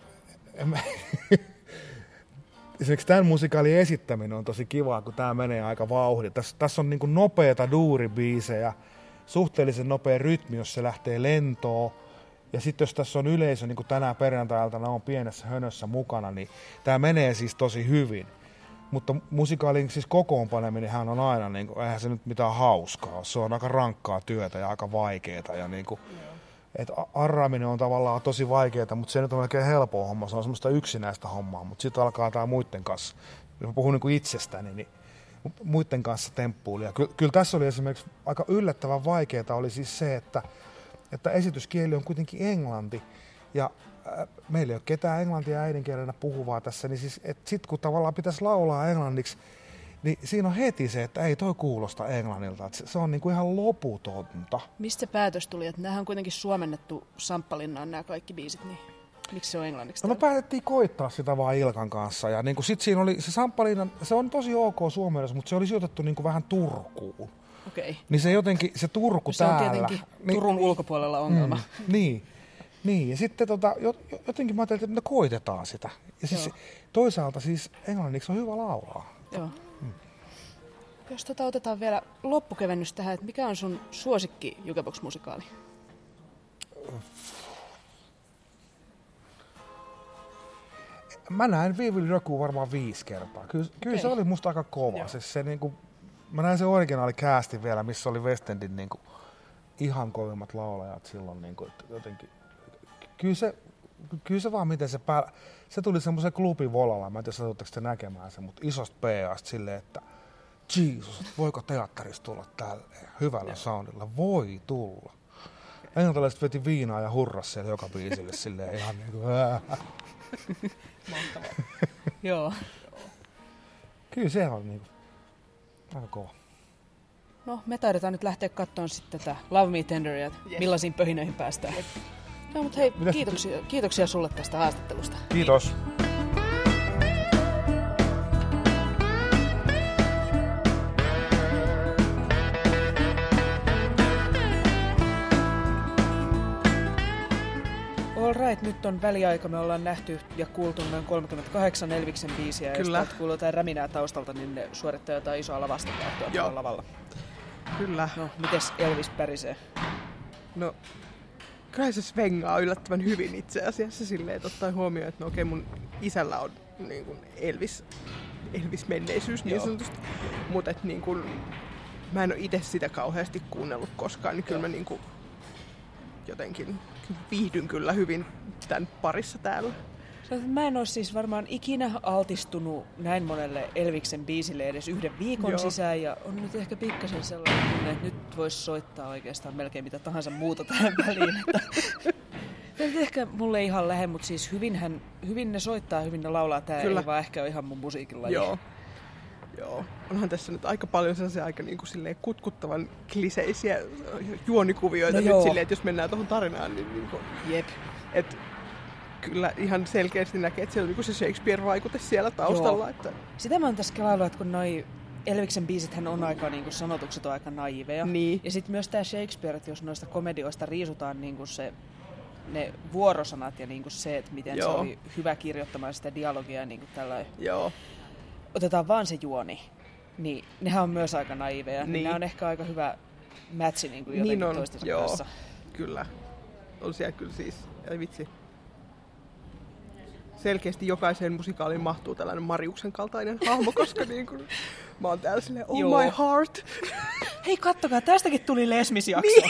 esimerkiksi tämän musikaalin esittäminen on tosi kivaa, kun tämä menee aika vauhdilla. Tässä on niinku nopeata duuribiisejä, suhteellisen nopea rytmi, jos se lähtee lentoon. Ja sitten jos tässä on yleisö, niin kuin tänään perjantai-iltana on pienessä hönössä mukana, niin tämä menee siis tosi hyvin. Mutta musikaalin siis kokoonpaneminenhän on aina, niin kuin, eihän se nyt mitään hauskaa. Se on aika rankkaa työtä ja aika vaikeaa. Ja niin kuin, arraaminen on tavallaan tosi vaikeaa, mutta se nyt on melkein helppoa homma. Se on semmoista yksinäistä hommaa, mutta sitten alkaa tämä muiden kanssa. Jos mä puhun niin kuin itsestäni, niin muiden kanssa temppuilu. Ja kyllä tässä oli esimerkiksi aika yllättävän vaikeaa oli siis se, että esityskieli on kuitenkin englanti. Ja meillä ei ole ketään englantia äidinkielenä puhuvaa tässä, niin siis, sitten kun tavallaan pitäisi laulaa englanniksi, niin siinä on heti se, että ei toi kuulosta englannilta. Että se on niin kuin ihan loputonta. Mistä se päätös tuli? Että näähän on kuitenkin suomennettu Samppalinnaan nämä kaikki biisit, niin miksi se on englanniksi? No me päätettiin koittaa sitä vaan Ilkan kanssa. Ja niin kuin sit siinä oli se Samppalinnan, se on tosi ok suomessa, mutta se oli sijoitettu niin kuin vähän Turkuun. Okei. Niin se jotenkin, se Turku se täällä. Se on tietenkin Turun ulkopuolella ongelma. Niin, ja sitten jotenkin mä ajattelin, että me koitetaan sitä. Ja siis toisaalta siis englanniksi on hyvä laulaa. Joo. Jos otetaan vielä loppukevennys tähän, että mikä on sun suosikki jukebox-musikaali? Mä näin We Will Rock You varmaan 5 kertaa. Kyllä se oli musta aika kova. Siis se niinku, mä näin se originaalikästin vielä, missä oli West Endin niinku ihan kovimmat laulajat silloin. Niinku, jotenkin. Kyllä se vaan miten se tuli semmoisen klubin volalla. Mä en tiedä, satutteko te näkemään sen, mutta isosta PA:sta silleen, että Jeesus, voiko teatterista tulla tälleen hyvällä soundilla? Voi tulla. Englantilaiset veti viinaa ja hurras siellä joka biisille silleen ihan niinku Mahtavaa. Joo. Kyllä se on niinku aika kova. No, me taidetaan nyt lähteä katsomaan sitten tätä Love Me Tenderia, millaisiin pöhinöihin päästään. No, mutta hei, kiitoksia sulle tästä haastattelusta. Kiitos. All right, nyt on väliaika. Me ollaan nähty ja kuultu noin 38 Elviksen biisiä. Kyllä. Ja jos kuuluu jotain räminää taustalta, niin ne suorittaa jotain isoa lavastatahtoa tuolla lavalla. Kyllä. No, mites Elvis pärisee? No, kyllä se svengaa yllättävän hyvin itse asiassa silleen, että ottaen huomioon, että no okei, mun isällä on niin kuin Elvis-menneisyys niin sanotusti. Mutta niin kuin, mä en ole itse sitä kauheasti kuunnellut koskaan, niin kyllä mä niin kuin, jotenkin viihdyn kyllä hyvin tämän parissa täällä. Mä en ole siis varmaan ikinä altistunut näin monelle Elviksen biisille edes yhden viikon sisään. Ja on nyt ehkä pikkasen sellainen tunne, että nyt voisi soittaa oikeastaan melkein mitä tahansa muuta tähän väliin. Tämä nyt ehkä mulle ihan lähe, mutta siis hyvin ne soittaa, hyvin ne laulaa. Tämä ei vaan ehkä ole ihan mun musiikin laji. Joo. Onhan tässä nyt aika paljon sellaisia aika niin kuin silleen kutkuttavan kliseisiä juonikuvioita nyt silleen, että jos mennään tuohon tarinaan, niin kuin, et kyllä ihan selkeästi näkee, että siellä on niin kuin se Shakespeare-vaikute siellä taustalla. Että... Sitä mä oon tässä kelaillut, että kun noi Elviksen biisithän on aika, niin kuin sanotukset on aika naiveja. Niin. Ja sitten myös tämä Shakespeare, että jos noista komedioista riisutaan niin kuin ne vuorosanat ja niin kuin se, että miten se oli hyvä kirjoittamaan sitä dialogia niin kuin tällainen. Otetaan vaan se juoni, niin nehän on myös aika naiveja. Niin. Nämä on ehkä aika hyvä matchi niin kuin jotenkin niin toistensa kanssa. Kyllä. On siellä kyllä siis, ei vitsi. Selkeästi jokaiseen musikaaliin mahtuu tällainen Mariuksen kaltainen hahmo, koska niin kuin, mä oon täällä silleen, my heart. Hei, kattokaa, tästäkin tuli lesmisjakso. Niin.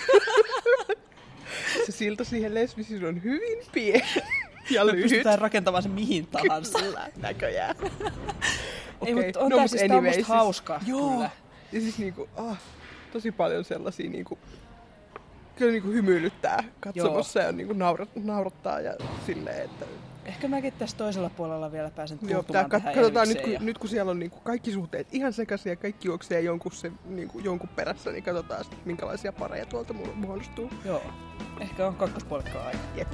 Se silta siihen lesmisiin on hyvin pieni. Ja lyhyt. Pystytään rakentamaan se mihin tahansa. Kyllä, näköjään. Ei, mutta on tää siis musta hauska. Joo. Ja siis niinku, tosi paljon sellaisia niinku, kyllä niinku hymyilyttää katsomossa ja niinku naurattaa ja silleen, että... Ehkä mäkin tässä toisella puolella vielä pääsen tutumaan tähän katsotaan nyt kun siellä on niinku kaikki suhteet ihan sekaisin ja kaikki juoksee jonkun perässä, niin katsotaan sitten minkälaisia pareja tuolta muodostuu. Joo. Ehkä on kakkospuolikkaan aika. Jep.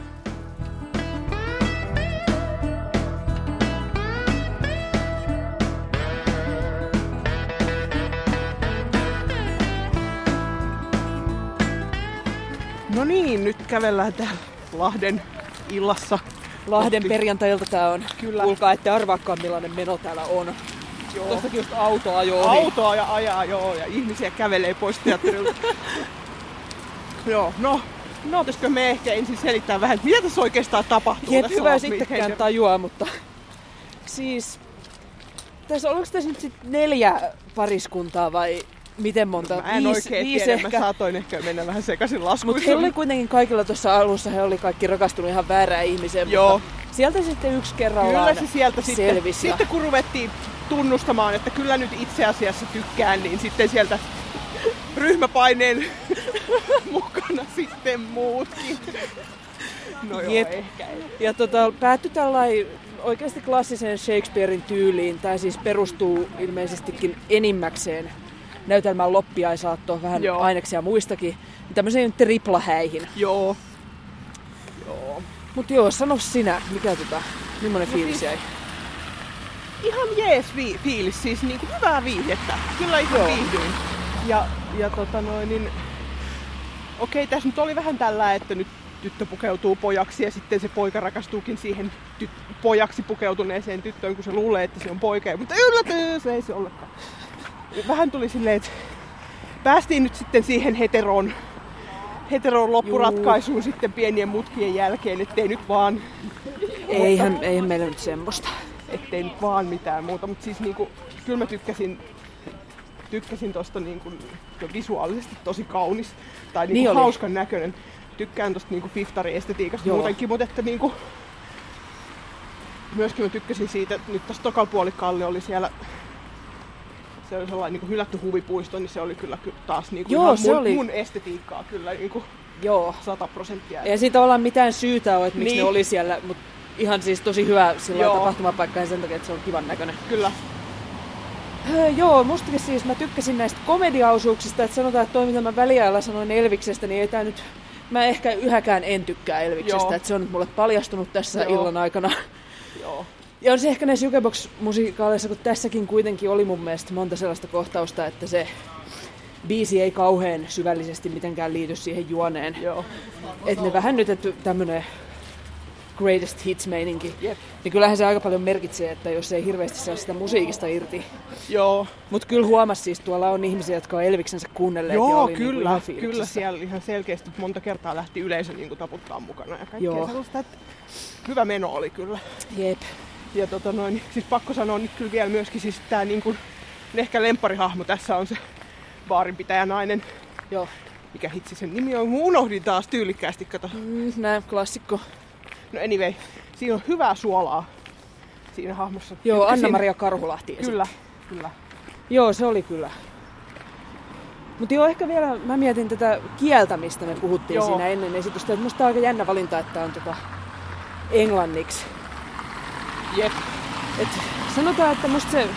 No niin, nyt kävellään täällä Lahden illassa. Lahden perjantailta tää on. Kyllä. Kuulkaa, ette arvaakaan millainen meno täällä on. Tuostakin just autoa Autoa ja ajaa, ja ihmisiä kävelee pois teatterilta. No, pitäisikö me ehkä ensin selittää vähän, mitä tässä oikeastaan tapahtuu? Jep, hyvä sittenkään tajua, mutta siis oliko tässä nyt sitten 4 pariskuntaa vai miten monta? Mä en oikein tiedä, ehkä. Mä saatoin ehkä mennä vähän sekaisin laskuissa. Mutta heillä oli kuitenkin kaikilla tuossa alussa, he oli kaikki rakastunut ihan väärään ihmiseen. Joo. Mutta sieltä sitten yksi kerrallaan kyllä se sieltä selvisi. Sitten kun ruvettiin tunnustamaan, että kyllä nyt itse asiassa tykkään, niin sitten sieltä ryhmäpaineen mukana sitten muutkin. No joo, ehkä ei. Ja päättyi tällainen oikeasti klassiseen Shakespearein tyyliin. Tämä siis perustuu ilmeisestikin enimmäkseen näytelmän loppiaisaattoon, vähän aineksia muistakin. Tämmöiseen triplahäihin. Joo. Mut sano sinä, millainen fiilis jäi? Ihan jees fiilis, siis niinku hyvää viihdettä. Kyllä ihan viihdyin. Okei, tässä nyt oli vähän tällä, että nyt tyttö pukeutuu pojaksi ja sitten se poika rakastuukin siihen pojaksi pukeutuneeseen tyttöön, kun se luulee, että se on poika. Mutta yllätys, ei se olekaan. Vähän tuli silleen, että päästiin nyt sitten siihen heteroon loppuratkaisuun sitten pienien mutkien jälkeen, ettei nyt vaan... Eihän meillä nyt semmoista. Ettei nyt vaan mitään muuta, mutta siis niinku, kyllä mä tykkäsin tosta niinku, visuaalisesti tosi kaunis tai niinku hauskan näköinen. Tykkään tosta niinku fiftari-estetiikasta muutenkin, mutta että niinku... Myöskin mä tykkäsin siitä, että nyt tässä tokalla puolikkaalla oli siellä... Se oli sellainen niin kuin hylätty huvipuisto, niin se oli kyllä taas niin kuin mun estetiikkaa kyllä niin kuin 100%. Ei siitä tavallaan mitään syytä ole, että miksi ne oli siellä, mutta ihan siis tosi hyvä tapahtumapaikka ja sen takia, että se on kivan näköinen. Kyllä. Mustakin siis mä tykkäsin näistä komediaosuuksista, että sanotaan, että toi mitä mä väliajalla sanoin Elviksestä, niin ei tää nyt... Mä ehkä yhäkään en tykkää Elviksestä, että se on nyt mulle paljastunut tässä illan aikana. Joo. Ja on se ehkä näissä Jukebox-musikaaleissa, kun tässäkin kuitenkin oli mun mielestä monta sellaista kohtausta, että se biisi ei kauhean syvällisesti mitenkään liity siihen juoneen. Joo. Että ne vähän nyt, että tämmönen greatest hits-meininki. Yep. Niin kyllähän se aika paljon merkitsee, että jos ei hirveästi saa sitä musiikista irti. Joo. Mut kyllä huomasi siis, tuolla on ihmisiä, jotka on Elviksensä kuunnelleet ja oli kyllä, niin kyllä siellä ihan selkeästi monta kertaa lähti yleisö niin kuin taputtaa mukana ja kaikkea sellaista, että hyvä meno oli kyllä. Jep. Ja siis pakko sanoa nyt kyllä vielä myöskin siis tää niin kuin ehkä lempparihahmo tässä on se baarinpitäjä nainen. Joo. Mikä hitsi sen nimi on? Unohdin taas tyylikkäästi, kato. Nää klassikko. No anyway, siinä on hyvää suolaa siinä hahmossa. Joo, Anna-Maria Karhulahti esitti. Kyllä. Joo, se oli kyllä. Mutta joo, ehkä vielä mä mietin tätä kieltä, mistä me puhuttiin siinä ennen esitystä. Että musta on aika jännä valinta, että on englanniksi. Jep. Et sanotaan, että musta se...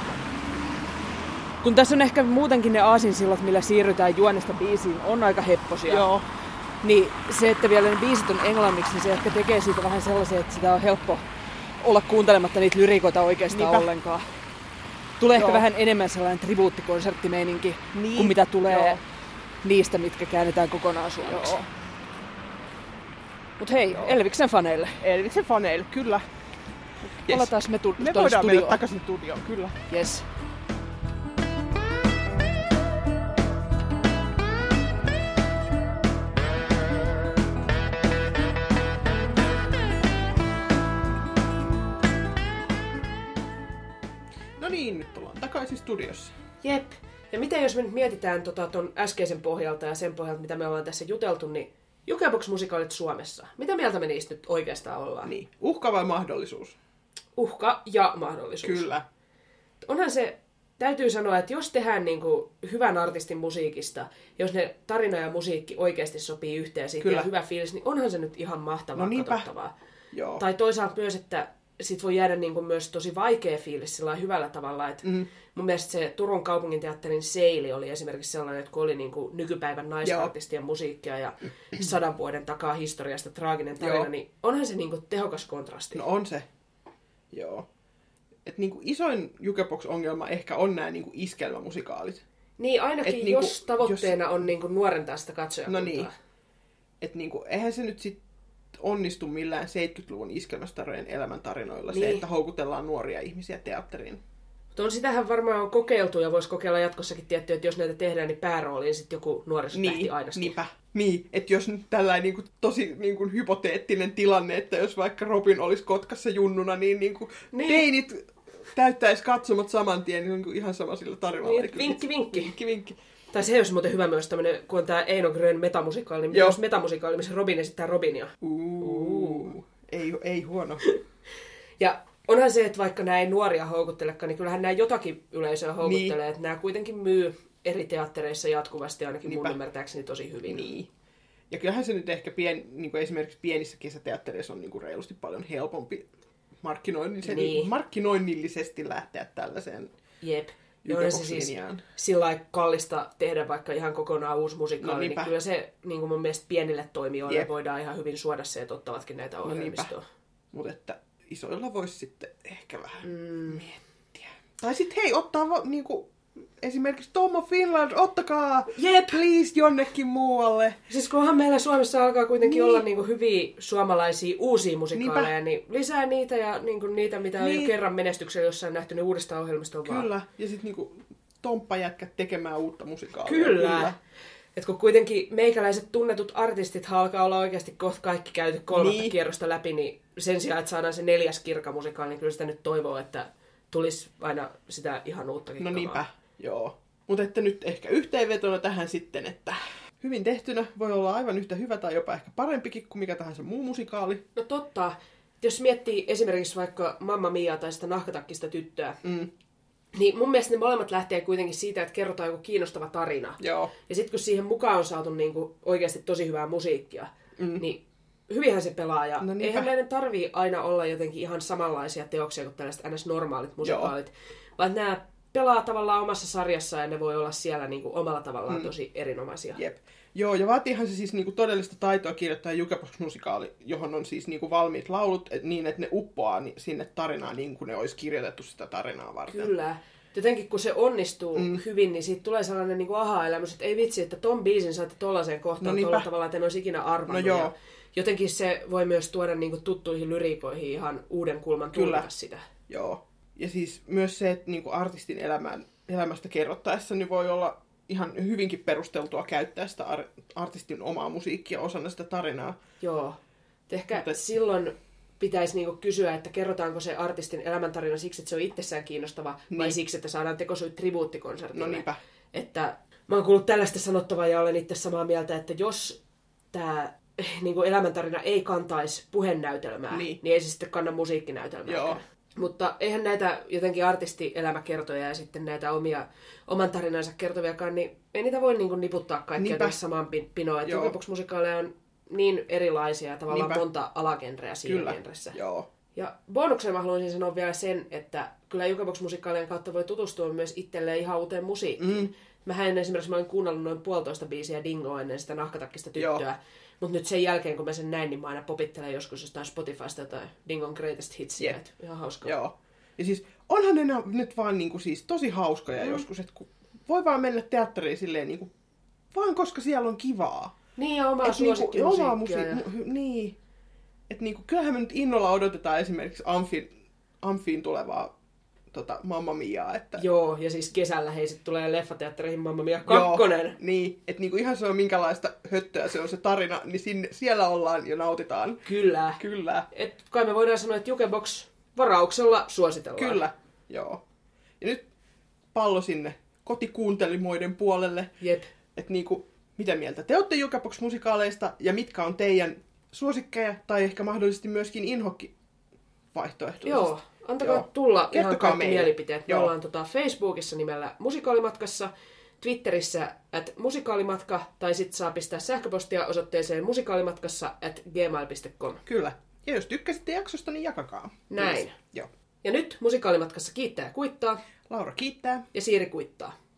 Kun tässä on ehkä muutenkin ne aasinsillat, millä siirrytään juonesta biisiin, on aika hepposia. Joo. Niin se, että vielä ne biisit on englanniksi, niin se ehkä tekee siitä vähän sellaisen, että sitä on helppo olla kuuntelematta niitä lyrikoita oikeastaan ollenkaan. Tulee ehkä vähän enemmän sellainen tribuuttikonserttimeininki kuin mitä tulee niistä, mitkä käännetään kokonaan suomeksi. Mut hei, Elviksen faneille. Elviksen faneille, kyllä. Palataan me voidaan mennä takaisin studioon, kyllä. Yes. No niin, nyt ollaan takaisin studiossa. Jep. Ja miten jos me nyt mietitään ton äskeisen pohjalta ja sen pohjalta, mitä me ollaan tässä juteltu, niin Jukebox-musikaalit Suomessa. Mitä mieltä me niistä nyt oikeastaan ollaan? Niin. Uhka vai mahdollisuus? Uhka ja mahdollisuus. Kyllä. Onhan se, täytyy sanoa, että jos tehdään niinku hyvän artistin musiikista, jos ne tarina ja musiikki oikeasti sopii yhteen ja siitä on hyvä fiilis, niin onhan se nyt ihan mahtavaa katsottavaa. Joo. Tai toisaalta myös, että sit voi jäädä niinku myös tosi vaikea fiilis sillä hyvällä tavalla. Että mun mielestä se Turun kaupunginteatterin Seili oli esimerkiksi sellainen, että kun oli niinku nykypäivän naisartistien musiikkia ja 100 vuoden takaa historiasta traaginen tarina, niin onhan se niinku tehokas kontrasti. No on se. Joo. Et niinku isoin Jukebox-ongelma ehkä on nämä niinku iskelmämusikaalit. Niin, ainakin et niinku, jos tavoitteena on niinku nuorentaa sitä katsojakuntaa. No niin. Että niinku, eihän se nyt sit onnistu millään 70-luvun iskelmästarojen elämäntarinoilla se, että houkutellaan nuoria ihmisiä teatteriin. Mutta sitähän varmaan kokeiltu ja voisi kokeilla jatkossakin tiettyä, että jos näitä tehdään, niin päärooliin sitten joku nuorisotähti ainakin. Niinpä. Niin, että jos nyt tällainen niinku, tosi niinku, hypoteettinen tilanne, että jos vaikka Robin olisi Kotkassa junnuna, niin, niinku, teinit täyttäisi katsomot saman tien niin ihan sama sillä tarinalla. Niin, vinkki. Vinkki. Tai se olisi muuten hyvä myös tämmöinen, kun on tämä Eino Grön metamusikaali, niin jos metamusikaali, missä Robin esittää Robinia. Ei huono. Ja onhan se, että vaikka nämä ei nuoria houkuttelekaan, niin kyllähän nämä jotakin yleisöä houkuttelee, että nämä kuitenkin myy eri teattereissa jatkuvasti ainakin mun ymmärtääkseni tosi hyvin. Niin. Ja kyllähän se nyt ehkä niin kuin esimerkiksi pienissä kesäteattereissa on niin kuin reilusti paljon helpompi markkinoinnillisesti lähteä tällaiseen. Jep. Joo, se siis sillä kallista tehdä vaikka ihan kokonaan uusi musikaali, niin kyllä se niin kuin mun mielestä pienille toimijoille voidaan ihan hyvin suoda se, että ottavatkin näitä ohjelmistoa. Mutta että isoilla voisi sitten ehkä vähän miettiä. Tai sitten hei, ottaa niinku esimerkiksi Tom of Finland, ottakaa please jonnekin muualle. Siis kunhan meillä Suomessa alkaa kuitenkin olla niinku hyviä suomalaisia uusia musikaaleja, niin lisää niitä ja niinku niitä, mitä on jo kerran menestyksellä jossain nähty, niin uudestaan ohjelmistoon vaan. Kyllä, ja sitten niinku tomppajätkät tekemään uutta musikaalia. Kyllä. Et kun kuitenkin meikäläiset tunnetut artistit alkaa olla oikeasti kohta kaikki käyty 3. kierrosta läpi, niin sen sijaan, että saadaan se 4. kirkamusikaali, niin kyllä sitä nyt toivoo, että tulisi aina sitä ihan uutta kikkamaa. No niinpä, joo. Mutta että nyt ehkä yhteenvetona tähän sitten, että hyvin tehtynä voi olla aivan yhtä hyvä tai jopa ehkä parempikin kuin mikä tahansa muu musikaali. No totta. Jos miettii esimerkiksi vaikka Mamma Mia tai sitä Nahkatakkista tyttöä, niin mun mielestä ne molemmat lähtee kuitenkin siitä, että kerrotaan joku kiinnostava tarina. Joo. Ja sitten kun siihen mukaan on saatu niinku oikeasti tosi hyvää musiikkia, niin hyvinhän se pelaa. Ja eihän näiden tarvii aina olla jotenkin ihan samanlaisia teoksia kuin tällaiset NS-normaalit musikaalit. Vaan nämä pelaa tavallaan omassa sarjassaan ja ne voi olla siellä niinku omalla tavallaan tosi erinomaisia. Jep. Joo, ja vaatiihan se siis niinku todellista taitoa kirjoittaa Jukebox-musikaali, johon on siis niinku valmiit laulut niin, että ne uppoaa sinne tarinaan niin kuin ne olisi kirjoitettu sitä tarinaa varten. Kyllä. Jotenkin kun se onnistuu hyvin, niin siitä tulee sellainen niinku aha-elämys, että ei vitsi, että ton biisin saatte tollaiseen kohtaan tuolla tavalla, että en olisi ikinä arvannut. No ja jotenkin se voi myös tuoda niinku tuttuihin lyriikoihin ihan uuden kulman tulkita sitä. Joo. Ja siis myös se, että niinku artistin elämästä kerrottaessa niin voi olla ihan hyvinkin perusteltua käyttää sitä artistin omaa musiikkia osana sitä tarinaa. Joo. Ehkä silloin pitäisi niinku kysyä, että kerrotaanko se artistin elämäntarina siksi, että se on itsessään kiinnostava, vai siksi, että saadaan tekosyt tribuuttikonsertille. No niinpä. Että mä oon kuullut tällaista sanottavaa ja olen itse samaa mieltä, että jos tämä niin kuin elämäntarina ei kantaisi puhenäytelmää, niin ei se sitten kanna musiikkinäytelmää. Mutta eihän näitä jotenkin artistielämäkertoja ja sitten näitä oman tarinansa kertoviakaan, niin ei niitä voi niin kuin niputtaa kaikkea tässä samaan pinoon. Että Jukebox-musikaaleja on niin erilaisia ja tavallaan monta alagenreä siinä genressä. Ja bonuksena mä haluaisin sanoa vielä sen, että kyllä Jukebox-musikaalien kautta voi tutustua myös itselleen ihan uuteen musiikkiin. Mä olin kuunnellut noin 1,5 biisiä Dingoa ennen sitä Nahkatakkista tyttöä. Mutta nyt sen jälkeen, kun mä sen näin, niin mä aina popittelen joskus jostain Spotifysta jotain Dingon Greatest Hitsia. Ihan hauskaa. Joo. Ja siis onhan ne nyt vaan niinku siis tosi hauskoja joskus, että voi vaan mennä teatteriin silleen niinku, vaan koska siellä on kivaa. Niin, ja omaa suosikkimusiikkia. Niin. Että niinku, kyllähän me nyt innolla odotetaan esimerkiksi Amfiin tulevaa Mamma Miaa. Että... Joo, ja siis kesällä sit tulee leffateattereihin Mamma Mia 2. Niin, että niinku ihan se on minkälaista höttöä se on se tarina, niin siellä ollaan ja nautitaan. Kyllä. Et kai me voidaan sanoa, että Jukebox varauksella suositellaan. Kyllä, joo. Ja nyt pallo sinne kotikuuntelimoiden puolelle. Jep. Että niinku, mitä mieltä te olette Jukebox-musikaaleista ja mitkä on teidän suosikkeja tai ehkä mahdollisesti myöskin inhokki-vaihtoehtoisesti? Joo. Antakaa tulla ihan kaikki mielipiteet. Me ollaan Facebookissa nimellä Musikaalimatkassa, Twitterissä @musikaalimatka, tai sitten saa pistää sähköpostia osoitteeseen musikaalimatkassa@gmail.com. Kyllä. Ja jos tykkäsitte jaksosta, niin jakakaa. Näin. Joo. Ja nyt Musikaalimatkassa kiittää ja kuittaa. Laura kiittää. Ja Siiri kuittaa.